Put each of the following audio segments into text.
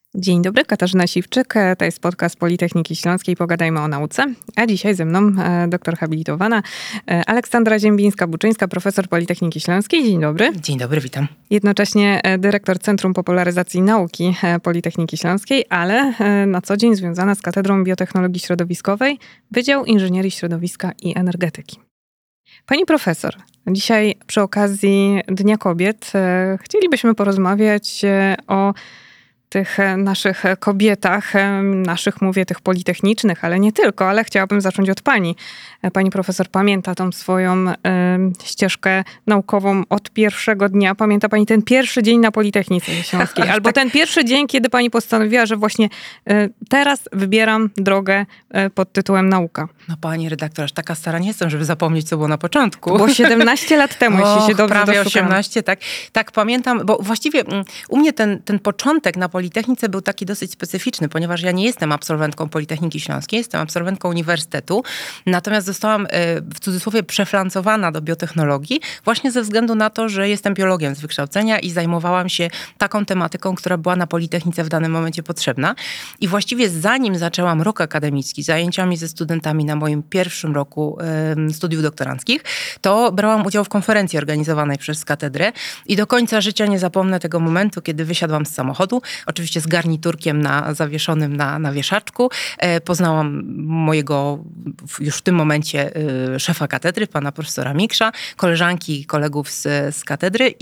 Dzień dobry, Katarzyna Siwczyk. To jest podcast Politechniki Śląskiej Pogadajmy o nauce. A dzisiaj ze mną doktor habilitowana Aleksandra Ziembińska-Buczyńska, profesor Politechniki Śląskiej. Dzień dobry. Dzień dobry, witam. Jednocześnie dyrektor Centrum Popularyzacji Nauki Politechniki Śląskiej, ale na co dzień związana z Katedrą Biotechnologii Środowiskowej, Wydział Inżynierii Środowiska i Energetyki. Pani profesor, dzisiaj przy okazji Dnia Kobiet chcielibyśmy porozmawiać o tych naszych kobietach, mówię tych politechnicznych, ale nie tylko, ale chciałabym zacząć od pani. Pani profesor pamięta tą swoją ścieżkę naukową od pierwszego dnia. Pamięta pani ten pierwszy dzień na Politechnice Śląskiej, albo ten pierwszy dzień, kiedy pani postanowiła, że właśnie teraz wybieram drogę pod tytułem nauka. No pani redaktor, aż taka stara nie jestem, żeby zapomnieć, co było na początku. To było 17 lat temu, jeśli się dobrze prawie doszukam. 18, tak pamiętam, bo właściwie u mnie ten początek na Politechnice był taki dosyć specyficzny, ponieważ ja nie jestem absolwentką Politechniki Śląskiej, jestem absolwentką uniwersytetu, natomiast zostałam w cudzysłowie przeflancowana do biotechnologii właśnie ze względu na to, że jestem biologiem z wykształcenia i zajmowałam się taką tematyką, która była na Politechnice w danym momencie potrzebna. I właściwie zanim zaczęłam rok akademicki, zajęciami ze studentami na moim pierwszym roku studiów doktoranckich, to brałam udział w konferencji organizowanej przez katedrę i do końca życia nie zapomnę tego momentu, kiedy wysiadłam z samochodu, oczywiście z garniturkiem zawieszonym na wieszaczku. Poznałam mojego już w tym momencie szefa katedry, pana profesora Miksza, koleżanki i kolegów z katedry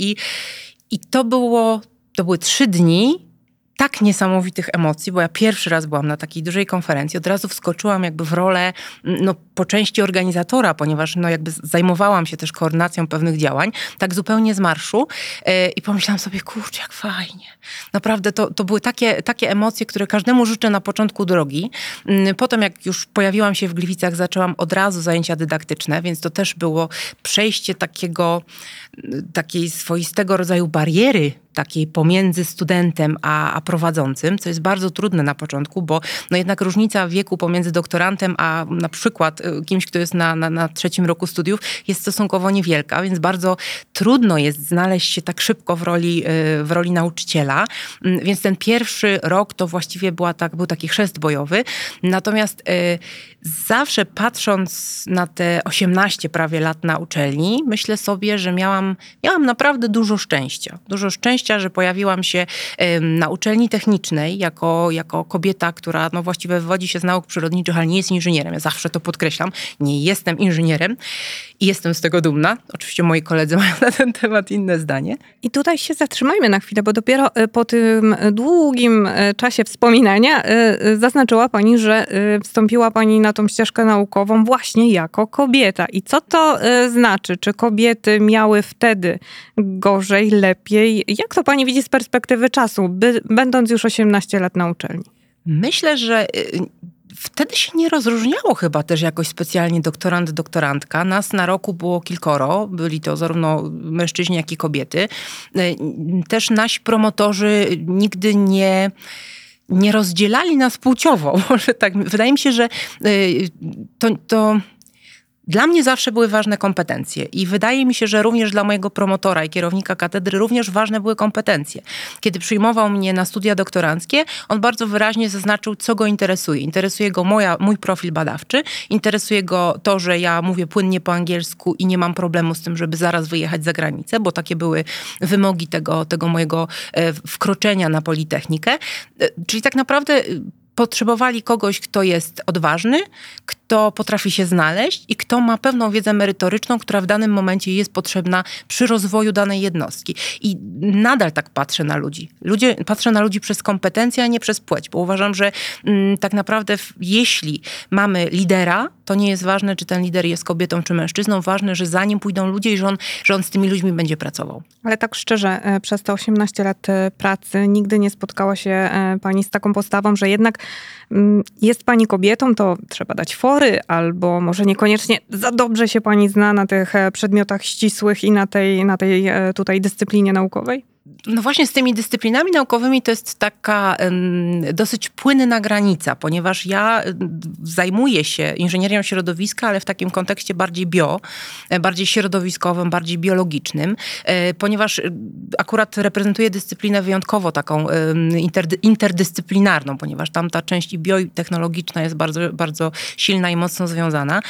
i to były 3 dni tak niesamowitych emocji, bo ja pierwszy raz byłam na takiej dużej konferencji, od razu wskoczyłam jakby w rolę po części organizatora, ponieważ jakby zajmowałam się też koordynacją pewnych działań, tak zupełnie z marszu i pomyślałam sobie, kurczę, jak fajnie. Naprawdę to były takie emocje, które każdemu życzę na początku drogi. Potem jak już pojawiłam się w Gliwicach, zaczęłam od razu zajęcia dydaktyczne, więc to też było przejście takiej swoistego rodzaju bariery, takiej pomiędzy studentem a prowadzącym, co jest bardzo trudne na początku, bo jednak różnica wieku pomiędzy doktorantem a na przykład kimś, kto jest na 3. roku studiów, jest stosunkowo niewielka, więc bardzo trudno jest znaleźć się tak szybko w roli nauczyciela. Więc ten pierwszy rok to właściwie był taki chrzest bojowy. Natomiast zawsze patrząc na te 18 prawie lat na uczelni, myślę sobie, że miałam naprawdę dużo szczęścia. Dużo szczęścia, że pojawiłam się na uczelni technicznej jako kobieta, która właściwie wywodzi się z nauk przyrodniczych, ale nie jest inżynierem. Ja zawsze to podkreślam. Nie jestem inżynierem i jestem z tego dumna. Oczywiście moi koledzy mają na ten temat inne zdanie. I tutaj się zatrzymajmy na chwilę, bo dopiero po tym długim czasie wspominania zaznaczyła pani, że wstąpiła pani na tą ścieżkę naukową właśnie jako kobieta. I co to znaczy? Czy kobiety miały wtedy gorzej, lepiej? Jak to pani widzi z perspektywy czasu, będąc już 18 lat na uczelni? Myślę, że wtedy się nie rozróżniało chyba też jakoś specjalnie doktorant, doktorantka. Nas na roku było kilkoro. Byli to zarówno mężczyźni, jak i kobiety. Też nasi promotorzy nigdy nie rozdzielali nas płciowo. Może tak. Wydaje mi się, że to dla mnie zawsze były ważne kompetencje i wydaje mi się, że również dla mojego promotora i kierownika katedry również ważne były kompetencje. Kiedy przyjmował mnie na studia doktoranckie, on bardzo wyraźnie zaznaczył, co go interesuje. Interesuje go mój profil badawczy, interesuje go to, że ja mówię płynnie po angielsku i nie mam problemu z tym, żeby zaraz wyjechać za granicę, bo takie były wymogi tego mojego wkroczenia na Politechnikę. Czyli tak naprawdę potrzebowali kogoś, kto jest odważny, kto potrafi się znaleźć i kto ma pewną wiedzę merytoryczną, która w danym momencie jest potrzebna przy rozwoju danej jednostki. I nadal tak patrzę na ludzi. Patrzę na ludzi przez kompetencje, a nie przez płeć, bo uważam, że tak naprawdę jeśli mamy lidera, to nie jest ważne, czy ten lider jest kobietą, czy mężczyzną. Ważne, że za nim pójdą ludzie i że on z tymi ludźmi będzie pracował. Ale tak szczerze, przez te 18 lat pracy nigdy nie spotkała się pani z taką postawą, że jednak jest pani kobietą, to trzeba dać fory, albo może niekoniecznie za dobrze się pani zna na tych przedmiotach ścisłych i na tej tutaj dyscyplinie naukowej? No właśnie z tymi dyscyplinami naukowymi to jest taka dosyć płynna granica, ponieważ ja zajmuję się inżynierią środowiska, ale w takim kontekście bardziej środowiskowym, bardziej biologicznym, ponieważ akurat reprezentuję dyscyplinę wyjątkowo taką interdyscyplinarną, ponieważ tam ta część i biotechnologiczna jest bardzo, bardzo silna i mocno związana.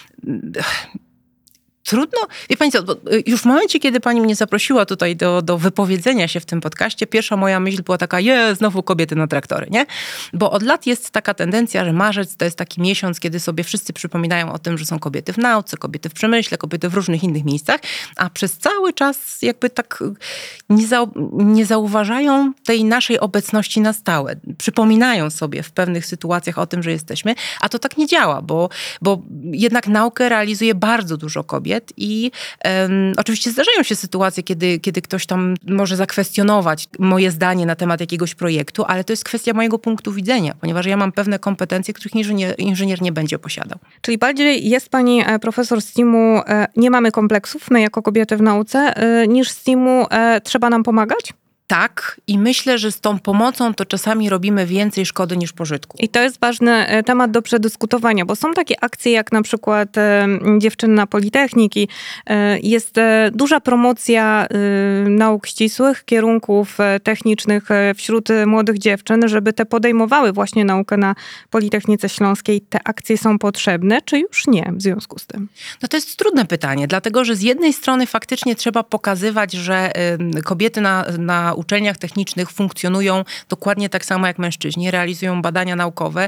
Trudno, wie pani co, już w momencie, kiedy pani mnie zaprosiła tutaj do wypowiedzenia się w tym podcaście, pierwsza moja myśl była taka, znowu kobiety na traktory, nie? Bo od lat jest taka tendencja, że marzec to jest taki miesiąc, kiedy sobie wszyscy przypominają o tym, że są kobiety w nauce, kobiety w przemyśle, kobiety w różnych innych miejscach, a przez cały czas jakby tak nie zauważają tej naszej obecności na stałe. Przypominają sobie w pewnych sytuacjach o tym, że jesteśmy, a to tak nie działa, bo jednak naukę realizuje bardzo dużo kobiet i oczywiście zdarzają się sytuacje, kiedy ktoś tam może zakwestionować moje zdanie na temat jakiegoś projektu, ale to jest kwestia mojego punktu widzenia, ponieważ ja mam pewne kompetencje, których inżynier nie będzie posiadał. Czyli bardziej jest pani profesor z teamu nie mamy kompleksów, my jako kobiety w nauce, niż z teamu trzeba nam pomagać? Tak, i myślę, że z tą pomocą to czasami robimy więcej szkody niż pożytku. I to jest ważny temat do przedyskutowania, bo są takie akcje jak na przykład Dziewczyny na Politechniki. Jest duża promocja nauk ścisłych, kierunków technicznych wśród młodych dziewczyn, żeby te podejmowały właśnie naukę na Politechnice Śląskiej. Te akcje są potrzebne, czy już nie w związku z tym? No to jest trudne pytanie, dlatego że z jednej strony faktycznie trzeba pokazywać, że kobiety na uczelniach technicznych funkcjonują dokładnie tak samo jak mężczyźni, realizują badania naukowe,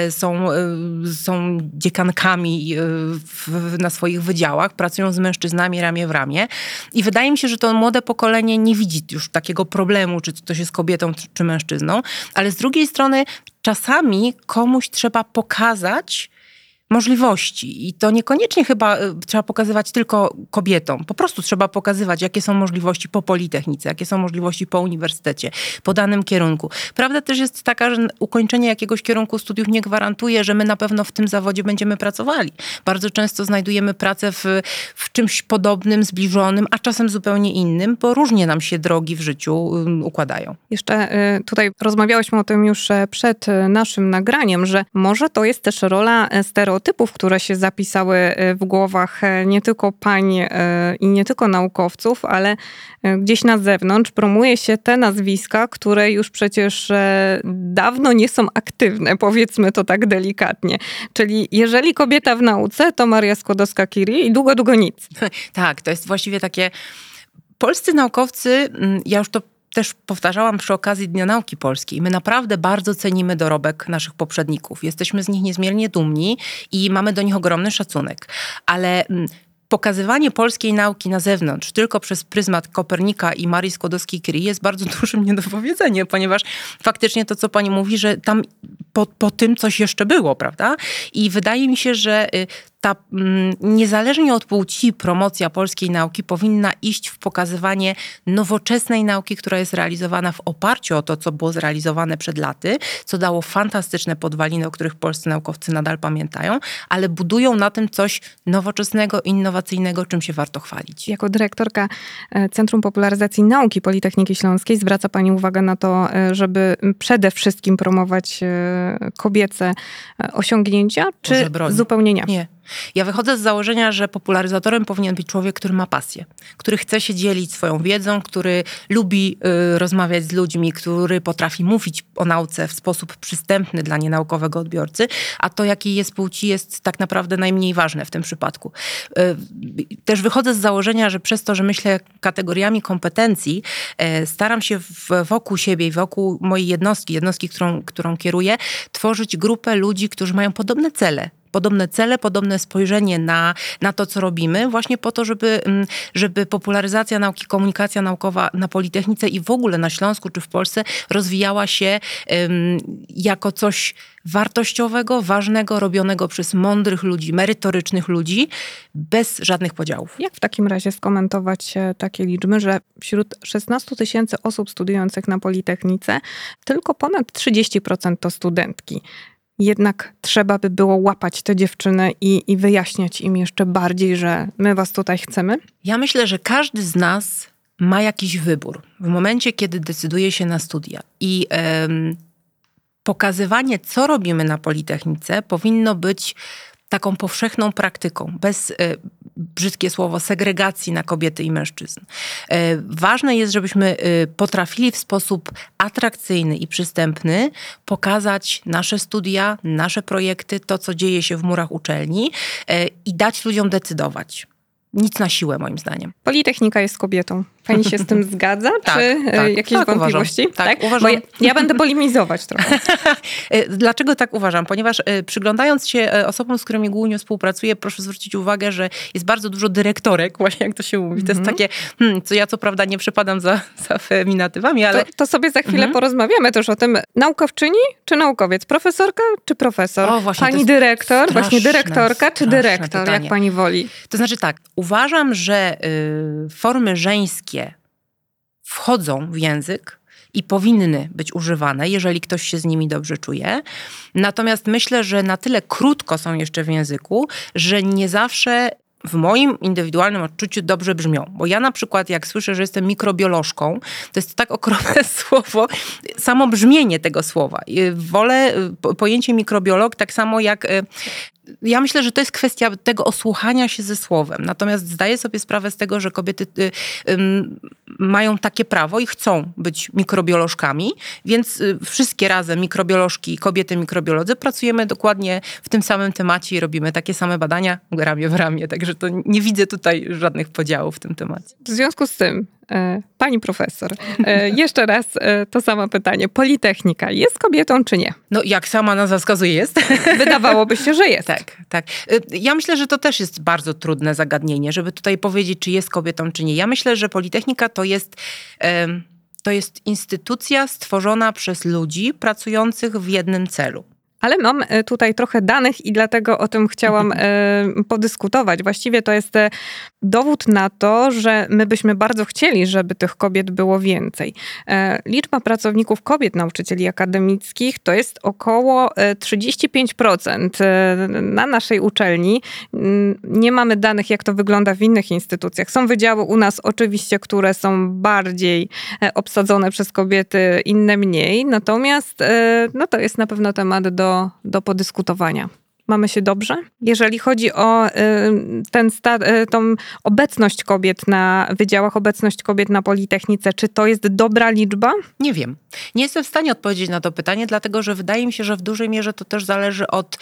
są dziekankami na swoich wydziałach, pracują z mężczyznami ramię w ramię i wydaje mi się, że to młode pokolenie nie widzi już takiego problemu, czy ktoś jest kobietą, czy mężczyzną, ale z drugiej strony czasami komuś trzeba pokazać możliwości. I to niekoniecznie chyba trzeba pokazywać tylko kobietom. Po prostu trzeba pokazywać, jakie są możliwości po Politechnice, jakie są możliwości po uniwersytecie, po danym kierunku. Prawda też jest taka, że ukończenie jakiegoś kierunku studiów nie gwarantuje, że my na pewno w tym zawodzie będziemy pracowali. Bardzo często znajdujemy pracę w czymś podobnym, zbliżonym, a czasem zupełnie innym, bo różnie nam się drogi w życiu układają. Jeszcze tutaj rozmawiałyśmy o tym już przed naszym nagraniem, że może to jest też rola stereotypów, które się zapisały w głowach nie tylko pań i nie tylko naukowców, ale gdzieś na zewnątrz promuje się te nazwiska, które już przecież dawno nie są aktywne, powiedzmy to tak delikatnie. Czyli jeżeli kobieta w nauce, to Maria Skłodowska-Curie i długo, długo nic. Tak, to jest właściwie takie... Polscy naukowcy, ja już to też powtarzałam przy okazji Dnia Nauki Polskiej. My naprawdę bardzo cenimy dorobek naszych poprzedników. Jesteśmy z nich niezmiernie dumni i mamy do nich ogromny szacunek. Ale pokazywanie polskiej nauki na zewnątrz tylko przez pryzmat Kopernika i Marii Skłodowskiej-Curie jest bardzo dużym niedopowiedzeniem, ponieważ faktycznie to, co pani mówi, że tam po tym coś jeszcze było, prawda? I wydaje mi się, że ta niezależnie od płci promocja polskiej nauki powinna iść w pokazywanie nowoczesnej nauki, która jest realizowana w oparciu o to, co było zrealizowane przed laty, co dało fantastyczne podwaliny, o których polscy naukowcy nadal pamiętają, ale budują na tym coś nowoczesnego, innowacyjnego, czym się warto chwalić. Jako dyrektorka Centrum Popularyzacji Nauki Politechniki Śląskiej zwraca pani uwagę na to, żeby przede wszystkim promować kobiece osiągnięcia, czy zupełnie nie? Nie. Ja wychodzę z założenia, że popularyzatorem powinien być człowiek, który ma pasję, który chce się dzielić swoją wiedzą, który lubi rozmawiać z ludźmi, który potrafi mówić o nauce w sposób przystępny dla nienaukowego odbiorcy, a to, jakiej jest płci, jest tak naprawdę najmniej ważne w tym przypadku. Też wychodzę z założenia, że przez to, że myślę kategoriami kompetencji, staram się wokół siebie i wokół mojej jednostki, którą kieruję, tworzyć grupę ludzi, którzy mają podobne cele, podobne spojrzenie na to, co robimy, właśnie po to, żeby popularyzacja nauki, komunikacja naukowa na Politechnice i w ogóle na Śląsku czy w Polsce rozwijała się jako coś wartościowego, ważnego, robionego przez mądrych ludzi, merytorycznych ludzi, bez żadnych podziałów. Jak w takim razie skomentować takie liczby, że wśród 16 000 osób studiujących na Politechnice tylko ponad 30% to studentki? Jednak trzeba by było łapać te dziewczyny i wyjaśniać im jeszcze bardziej, że my was tutaj chcemy? Ja myślę, że każdy z nas ma jakiś wybór, w momencie, kiedy decyduje się na studia i pokazywanie, co robimy na Politechnice, powinno być taką powszechną praktyką, bez, brzydkie słowo, segregacji na kobiety i mężczyzn. Ważne jest, żebyśmy potrafili w sposób atrakcyjny i przystępny pokazać nasze studia, nasze projekty, to, co dzieje się w murach uczelni i dać ludziom decydować. Nic na siłę, moim zdaniem. Politechnika jest kobietą. Pani się z tym zgadza? Tak, czy tak, jakieś wątpliwości? Uważam. Tak, uważam. Bo ja będę polemizować trochę. Dlaczego tak uważam? Ponieważ przyglądając się osobom, z którymi głównie współpracuję, proszę zwrócić uwagę, że jest bardzo dużo dyrektorek, właśnie jak to się mówi. To jest takie, ja co prawda nie przypadam za feminatywami, ale... To sobie za chwilę porozmawiamy też o tym. Naukowczyni czy naukowiec? Profesorka czy profesor? O, właśnie, pani dyrektor? straszne, Właśnie dyrektorka czy dyrektor? pytanie. Jak pani woli? To znaczy tak, uważam, że formy żeńskie wchodzą w język i powinny być używane, jeżeli ktoś się z nimi dobrze czuje. Natomiast myślę, że na tyle krótko są jeszcze w języku, że nie zawsze w moim indywidualnym odczuciu dobrze brzmią. Bo ja na przykład, jak słyszę, że jestem mikrobiolożką, to jest tak okropne słowo, samo brzmienie tego słowa. Wolę pojęcie mikrobiolog tak samo jak... Ja myślę, że to jest kwestia tego osłuchania się ze słowem. Natomiast zdaję sobie sprawę z tego, że kobiety mają takie prawo i chcą być mikrobiolożkami, więc wszystkie razem, mikrobiolożki i kobiety mikrobiolodzy, pracujemy dokładnie w tym samym temacie i robimy takie same badania ramię w ramię. Także to nie widzę tutaj żadnych podziałów w tym temacie. W związku z tym, pani profesor, jeszcze raz to samo pytanie. Politechnika jest kobietą czy nie? No jak sama nazwa wskazuje, jest. Wydawałoby się, że jest. Tak. Ja myślę, że to też jest bardzo trudne zagadnienie, żeby tutaj powiedzieć, czy jest kobietą, czy nie. Ja myślę, że Politechnika to jest instytucja stworzona przez ludzi pracujących w jednym celu. Ale mam tutaj trochę danych i dlatego o tym chciałam podyskutować. Właściwie to jest dowód na to, że my byśmy bardzo chcieli, żeby tych kobiet było więcej. Liczba pracowników kobiet, nauczycieli akademickich, to jest około 35% na naszej uczelni. Nie mamy danych, jak to wygląda w innych instytucjach. Są wydziały u nas oczywiście, które są bardziej obsadzone przez kobiety, inne mniej. Natomiast to jest na pewno temat do podyskutowania. Mamy się dobrze? Jeżeli chodzi o tą obecność kobiet na wydziałach, obecność kobiet na Politechnice, czy to jest dobra liczba? Nie wiem. Nie jestem w stanie odpowiedzieć na to pytanie, dlatego że wydaje mi się, że w dużej mierze to też zależy od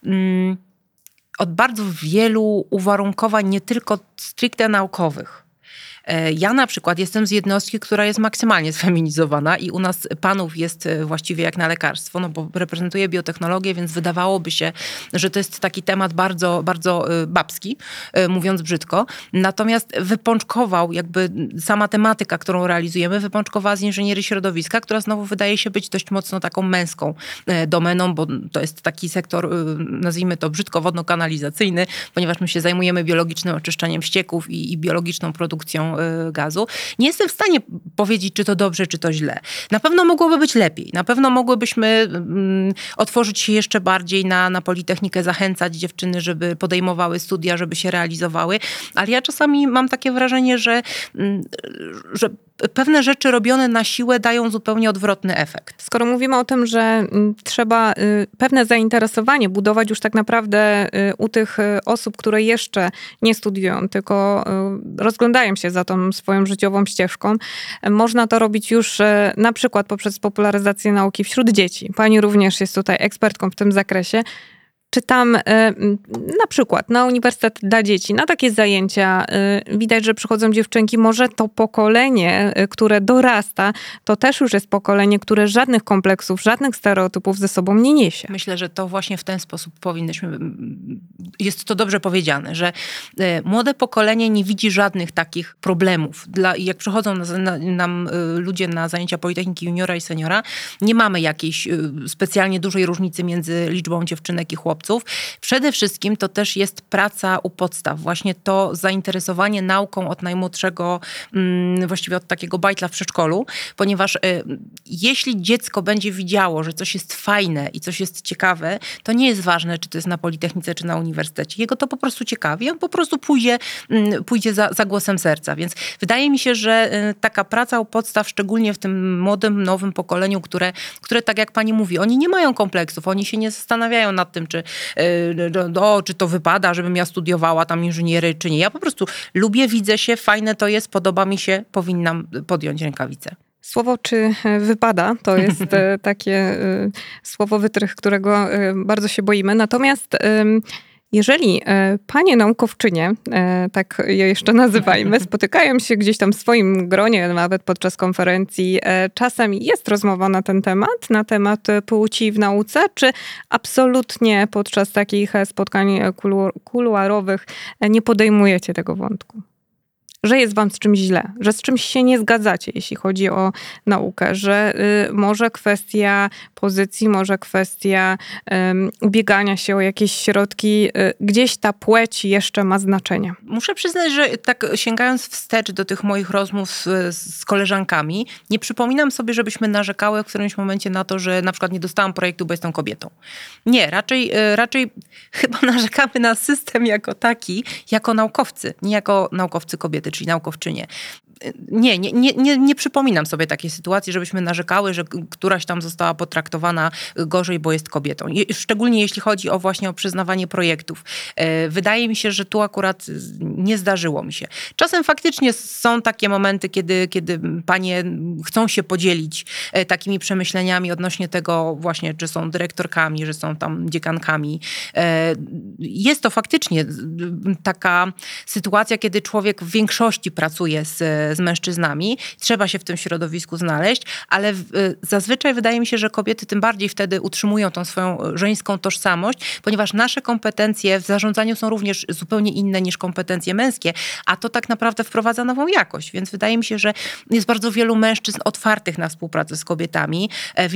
bardzo wielu uwarunkowań, nie tylko stricte naukowych. Ja na przykład jestem z jednostki, która jest maksymalnie sfeminizowana i u nas panów jest właściwie jak na lekarstwo, no bo reprezentuję biotechnologię, więc wydawałoby się, że to jest taki temat bardzo, bardzo babski, mówiąc brzydko. Natomiast wypączkował jakby sama tematyka, którą realizujemy, wypączkowała z inżynierii środowiska, która znowu wydaje się być dość mocno taką męską domeną, bo to jest taki sektor, nazwijmy to brzydko, wodno-kanalizacyjny, ponieważ my się zajmujemy biologicznym oczyszczaniem ścieków i biologiczną produkcją gazu. Nie jestem w stanie powiedzieć, czy to dobrze, czy to źle. Na pewno mogłoby być lepiej. Na pewno mogłybyśmy otworzyć się jeszcze bardziej na Politechnikę, zachęcać dziewczyny, żeby podejmowały studia, żeby się realizowały. Ale ja czasami mam takie wrażenie, że pewne rzeczy robione na siłę dają zupełnie odwrotny efekt. Skoro mówimy o tym, że trzeba pewne zainteresowanie budować już tak naprawdę u tych osób, które jeszcze nie studiują, tylko rozglądają się za tą swoją życiową ścieżką, można to robić już na przykład poprzez popularyzację nauki wśród dzieci. Pani również jest tutaj ekspertką w tym zakresie. Czy tam na przykład na Uniwersytet dla Dzieci, na takie zajęcia widać, że przychodzą dziewczynki, może to pokolenie, które dorasta, to też już jest pokolenie, które żadnych kompleksów, żadnych stereotypów ze sobą nie niesie. Myślę, że to właśnie w ten sposób powinnyśmy, jest to dobrze powiedziane, że młode pokolenie nie widzi żadnych takich problemów. Jak przychodzą nam ludzie na zajęcia Politechniki juniora i seniora, nie mamy jakiejś specjalnie dużej różnicy między liczbą dziewczynek i chłopców. naukowców. Przede wszystkim to też jest praca u podstaw. Właśnie to zainteresowanie nauką od najmłodszego, właściwie od takiego bajtla w przedszkolu, ponieważ jeśli dziecko będzie widziało, że coś jest fajne i coś jest ciekawe, to nie jest ważne, czy to jest na Politechnice, czy na uniwersytecie. Jego to po prostu ciekawi. On po prostu pójdzie za głosem serca. Więc wydaje mi się, że taka praca u podstaw, szczególnie w tym młodym, nowym pokoleniu, które tak jak pani mówi, oni nie mają kompleksów, oni się nie zastanawiają nad tym, czy to wypada, żebym ja studiowała tam inżyniery, czy nie. Ja po prostu lubię, widzę się, fajne to jest, podoba mi się, powinnam podjąć rękawice. Słowo czy wypada to jest takie słowo wytrych, którego bardzo się boimy. Natomiast jeżeli panie naukowczynie, tak je jeszcze nazywajmy, spotykają się gdzieś tam w swoim gronie, nawet podczas konferencji, czasem jest rozmowa na temat płci w nauce, czy absolutnie podczas takich spotkań kuluarowych nie podejmujecie tego wątku? Że jest wam z czymś źle, że z czymś się nie zgadzacie, jeśli chodzi o naukę, że może kwestia pozycji, może kwestia ubiegania się o jakieś środki, gdzieś ta płeć jeszcze ma znaczenie. Muszę przyznać, że tak sięgając wstecz do tych moich rozmów z koleżankami, nie przypominam sobie, żebyśmy narzekały w którymś momencie na to, że na przykład nie dostałam projektu, bo jestem kobietą. Nie, raczej chyba narzekamy na system jako taki, jako naukowcy, nie jako naukowcy kobiety, czyli naukowczynie. Nie przypominam sobie takiej sytuacji, żebyśmy narzekały, że któraś tam została potraktowana gorzej, bo jest kobietą. Szczególnie jeśli chodzi o przyznawanie projektów. Wydaje mi się, że tu akurat nie zdarzyło mi się. Czasem faktycznie są takie momenty, kiedy panie chcą się podzielić takimi przemyśleniami odnośnie tego właśnie, czy są dyrektorkami, że są tam dziekankami. Jest to faktycznie taka sytuacja, kiedy człowiek w większości pracuje z mężczyznami. Trzeba się w tym środowisku znaleźć, ale zazwyczaj wydaje mi się, że kobiety tym bardziej wtedy utrzymują tą swoją żeńską tożsamość, ponieważ nasze kompetencje w zarządzaniu są również zupełnie inne niż kompetencje męskie, a to tak naprawdę wprowadza nową jakość. Więc wydaje mi się, że jest bardzo wielu mężczyzn otwartych na współpracę z kobietami,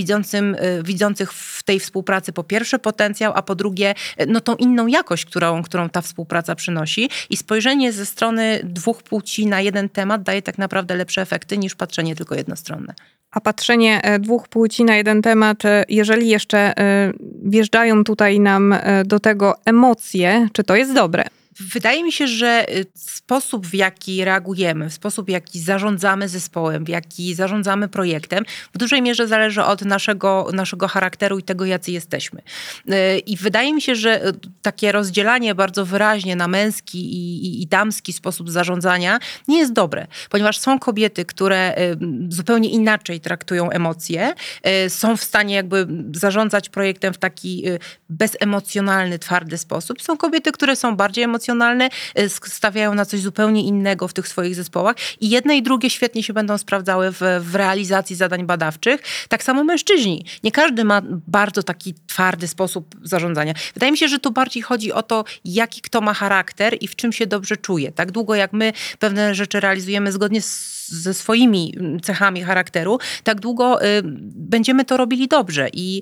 widzących w tej współpracy po pierwsze potencjał, a po drugie tą inną jakość, którą ta współpraca przynosi. I spojrzenie ze strony dwóch płci na jeden temat daje tak naprawdę lepsze efekty niż patrzenie tylko jednostronne. A patrzenie dwóch płci na jeden temat, jeżeli jeszcze wjeżdżają tutaj nam do tego emocje, czy to jest dobre? Wydaje mi się, że sposób, w jaki reagujemy, sposób, w jaki zarządzamy zespołem, w jaki zarządzamy projektem, w dużej mierze zależy od naszego charakteru i tego, jacy jesteśmy. I wydaje mi się, że takie rozdzielanie bardzo wyraźnie na męski i damski sposób zarządzania nie jest dobre, ponieważ są kobiety, które zupełnie inaczej traktują emocje, są w stanie jakby zarządzać projektem w taki bezemocjonalny, twardy sposób. Są kobiety, które są bardziej emocjonalne, stawiają na coś zupełnie innego w tych swoich zespołach i jedne i drugie świetnie się będą sprawdzały w realizacji zadań badawczych. Tak samo mężczyźni. Nie każdy ma bardzo taki twardy sposób zarządzania. Wydaje mi się, że tu bardziej chodzi o to, jaki kto ma charakter i w czym się dobrze czuje. Tak długo jak my pewne rzeczy realizujemy zgodnie ze swoimi cechami charakteru, tak długo będziemy to robili dobrze. I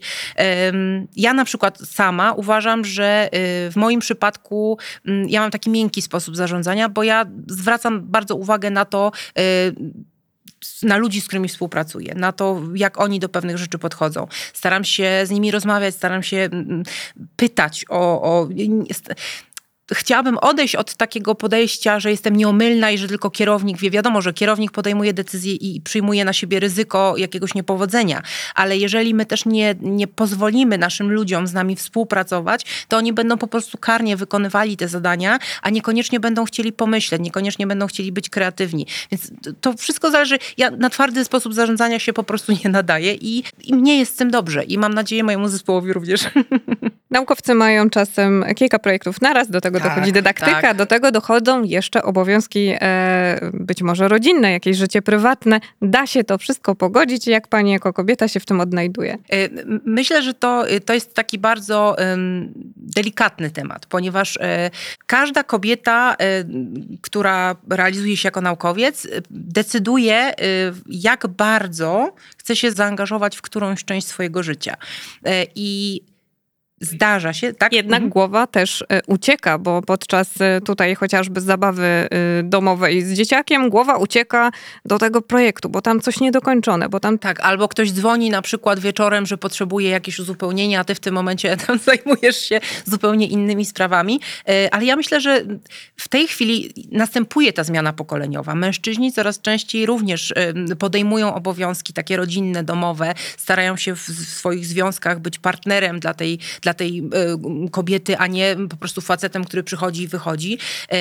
ja na przykład sama uważam, że w moim przypadku ja mam taki miękki sposób zarządzania, bo ja zwracam bardzo uwagę na to, na ludzi, z którymi współpracuję, na to, jak oni do pewnych rzeczy podchodzą. Staram się z nimi rozmawiać, staram się pytać Chciałabym odejść od takiego podejścia, że jestem nieomylna i że tylko kierownik wie. Wiadomo, że kierownik podejmuje decyzje i przyjmuje na siebie ryzyko jakiegoś niepowodzenia, ale jeżeli my też nie pozwolimy naszym ludziom z nami współpracować, to oni będą po prostu karnie wykonywali te zadania, a niekoniecznie będą chcieli pomyśleć, niekoniecznie będą chcieli być kreatywni. Więc to wszystko zależy. Ja na twardy sposób zarządzania się po prostu nie nadaję i mnie jest z tym dobrze i mam nadzieję mojemu zespołowi również. Naukowcy mają czasem kilka projektów naraz, do tego dochodzi dydaktyka, tak. Do tego dochodzą jeszcze obowiązki być może rodzinne, jakieś życie prywatne. Da się to wszystko pogodzić? Jak pani jako kobieta się w tym odnajduje? Myślę, że to jest taki bardzo delikatny temat, ponieważ każda kobieta, która realizuje się jako naukowiec, decyduje, jak bardzo chce się zaangażować w którąś część swojego życia. I Zdarza się, tak? Jednak głowa też ucieka, bo podczas tutaj chociażby zabawy domowej z dzieciakiem głowa ucieka do tego projektu, bo tam coś niedokończone, bo tam... Tak, albo ktoś dzwoni na przykład wieczorem, że potrzebuje jakieś uzupełnienia, a ty w tym momencie tam zajmujesz się zupełnie innymi sprawami. Ale ja myślę, że w tej chwili następuje ta zmiana pokoleniowa. Mężczyźni coraz częściej również podejmują obowiązki takie rodzinne, domowe, starają się w swoich związkach być partnerem dla tej kobiety, a nie po prostu facetem, który przychodzi i wychodzi.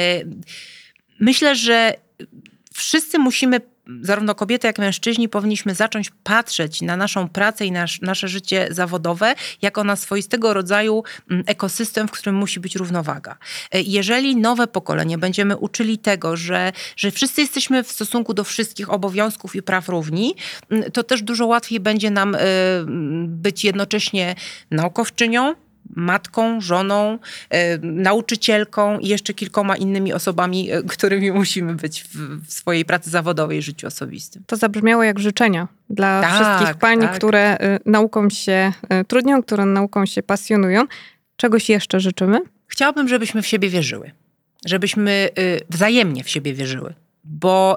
Myślę, że wszyscy musimy, zarówno kobiety, jak i mężczyźni, powinniśmy zacząć patrzeć na naszą pracę i nasze życie zawodowe jako na swoistego rodzaju ekosystem, w którym musi być równowaga. Jeżeli nowe pokolenie będziemy uczyli tego, że wszyscy jesteśmy w stosunku do wszystkich obowiązków i praw równi, to też dużo łatwiej będzie nam być jednocześnie naukowczynią, matką, żoną, nauczycielką i jeszcze kilkoma innymi osobami, którymi musimy być w swojej pracy zawodowej i życiu osobistym. To zabrzmiało jak życzenia dla wszystkich pań, które nauką się trudnią, które nauką się pasjonują. Czegoś jeszcze życzymy? Chciałabym, żebyśmy w siebie wierzyły. Żebyśmy wzajemnie w siebie wierzyły. Bo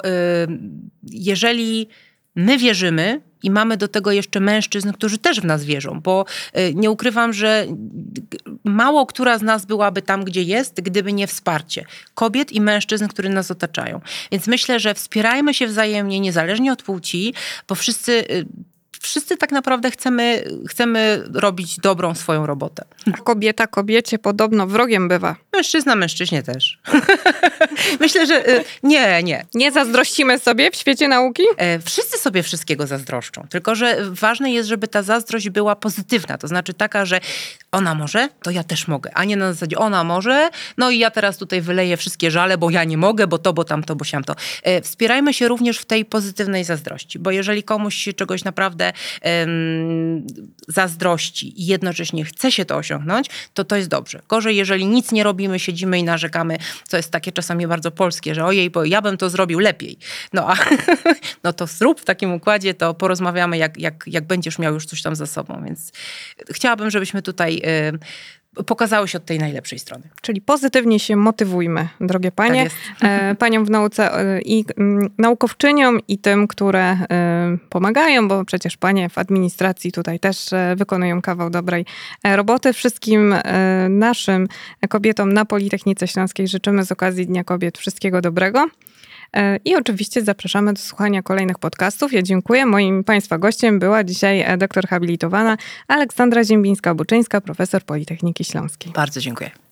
jeżeli my wierzymy i mamy do tego jeszcze mężczyzn, którzy też w nas wierzą, bo nie ukrywam, że mało która z nas byłaby tam, gdzie jest, gdyby nie wsparcie kobiet i mężczyzn, którzy nas otaczają. Więc myślę, że wspierajmy się wzajemnie, niezależnie od płci, bo wszyscy tak naprawdę chcemy robić dobrą swoją robotę. A kobieta kobiecie podobno wrogiem bywa. Mężczyzna mężczyźnie też. Myślę, że nie. Nie zazdrościmy sobie w świecie nauki? Wszyscy sobie wszystkiego zazdroszczą. Tylko że ważne jest, żeby ta zazdrość była pozytywna. To znaczy taka, że ona może, to ja też mogę. A nie na zasadzie ona może, no i ja teraz tutaj wyleję wszystkie żale, bo ja nie mogę, bo to, bo tamto, bo siamto. Wspierajmy się również w tej pozytywnej zazdrości. Bo jeżeli komuś się czegoś naprawdę zazdrości i jednocześnie chce się to osiągnąć, to jest dobrze. Gorzej, jeżeli nic nie robimy, siedzimy i narzekamy, co jest takie czasami bardzo polskie, że ojej, bo ja bym to zrobił lepiej. No to zrób w takim układzie, to porozmawiamy, jak będziesz miał już coś tam za sobą. Więc chciałabym, żebyśmy tutaj pokazały się od tej najlepszej strony. Czyli pozytywnie się motywujmy, drogie panie. Tak paniom w nauce i naukowczyniom i tym, które pomagają, bo przecież panie w administracji tutaj też wykonują kawał dobrej roboty. Wszystkim naszym kobietom na Politechnice Śląskiej życzymy z okazji Dnia Kobiet wszystkiego dobrego. I oczywiście zapraszamy do słuchania kolejnych podcastów. Ja dziękuję. Moim państwa gościem była dzisiaj doktor habilitowana Aleksandra Ziembińska-Buczyńska, profesor Politechniki Śląskiej. Bardzo dziękuję.